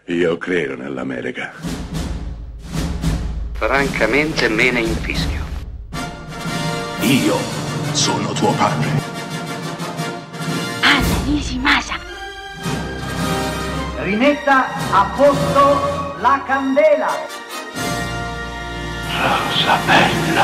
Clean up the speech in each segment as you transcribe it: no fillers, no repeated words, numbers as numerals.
Io credo nell'America. Francamente me ne infischio. Io sono tuo padre. Anna Nishimasa. Rimetta a posto la candela. Rosa bella.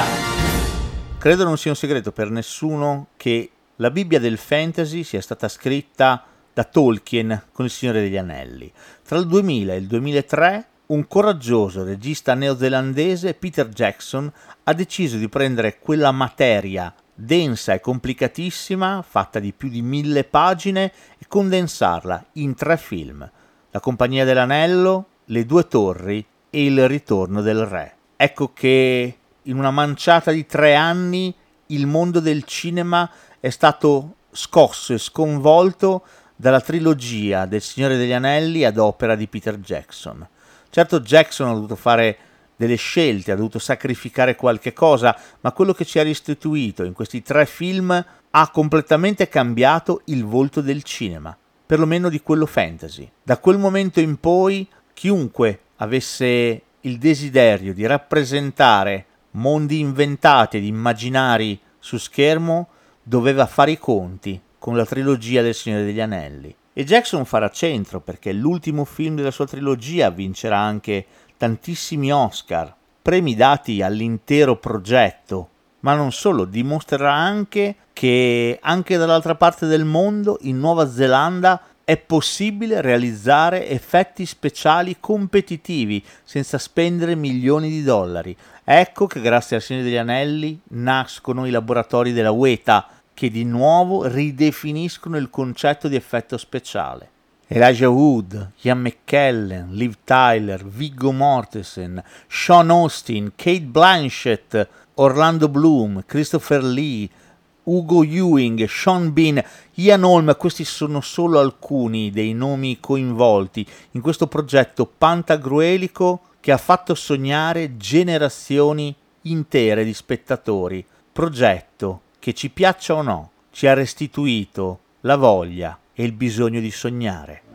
Credo non sia un segreto per nessuno che la Bibbia del fantasy sia stata scritta da Tolkien con Il Signore degli Anelli. Tra il 2000 e il 2003 un coraggioso regista neozelandese, Peter Jackson, ha deciso di prendere quella materia densa e complicatissima, fatta di più di 1000 pagine, e condensarla in 3 film: La Compagnia dell'Anello, Le Due Torri e Il Ritorno del Re. Ecco che in una manciata di 3 anni il mondo del cinema è stato scosso e sconvolto dalla trilogia del Signore degli Anelli ad opera di Peter Jackson. Certo, Jackson ha dovuto fare delle scelte, ha dovuto sacrificare qualche cosa, ma quello che ci ha restituito in questi 3 film ha completamente cambiato il volto del cinema, perlomeno di quello fantasy. Da quel momento in poi, chiunque avesse il desiderio di rappresentare mondi inventati ed immaginari su schermo doveva fare i conti con la trilogia del Signore degli Anelli. E Jackson farà centro, perché l'ultimo film della sua trilogia vincerà anche tantissimi Oscar, premi dati all'intero progetto, ma non solo, dimostrerà anche che anche dall'altra parte del mondo, in Nuova Zelanda, è possibile realizzare effetti speciali competitivi senza spendere milioni di dollari. Ecco che grazie al Signore degli Anelli nascono i laboratori della Weta, che di nuovo ridefiniscono il concetto di effetto speciale. Elijah Wood, Ian McKellen, Liv Tyler, Viggo Mortensen, Sean Austin, Kate Blanchett, Orlando Bloom, Christopher Lee, Hugo Ewing, Sean Bean, Ian Holm, questi sono solo alcuni dei nomi coinvolti in questo progetto pantagruelico che ha fatto sognare generazioni intere di spettatori. Progetto che, ci piaccia o no, ci ha restituito la voglia e il bisogno di sognare.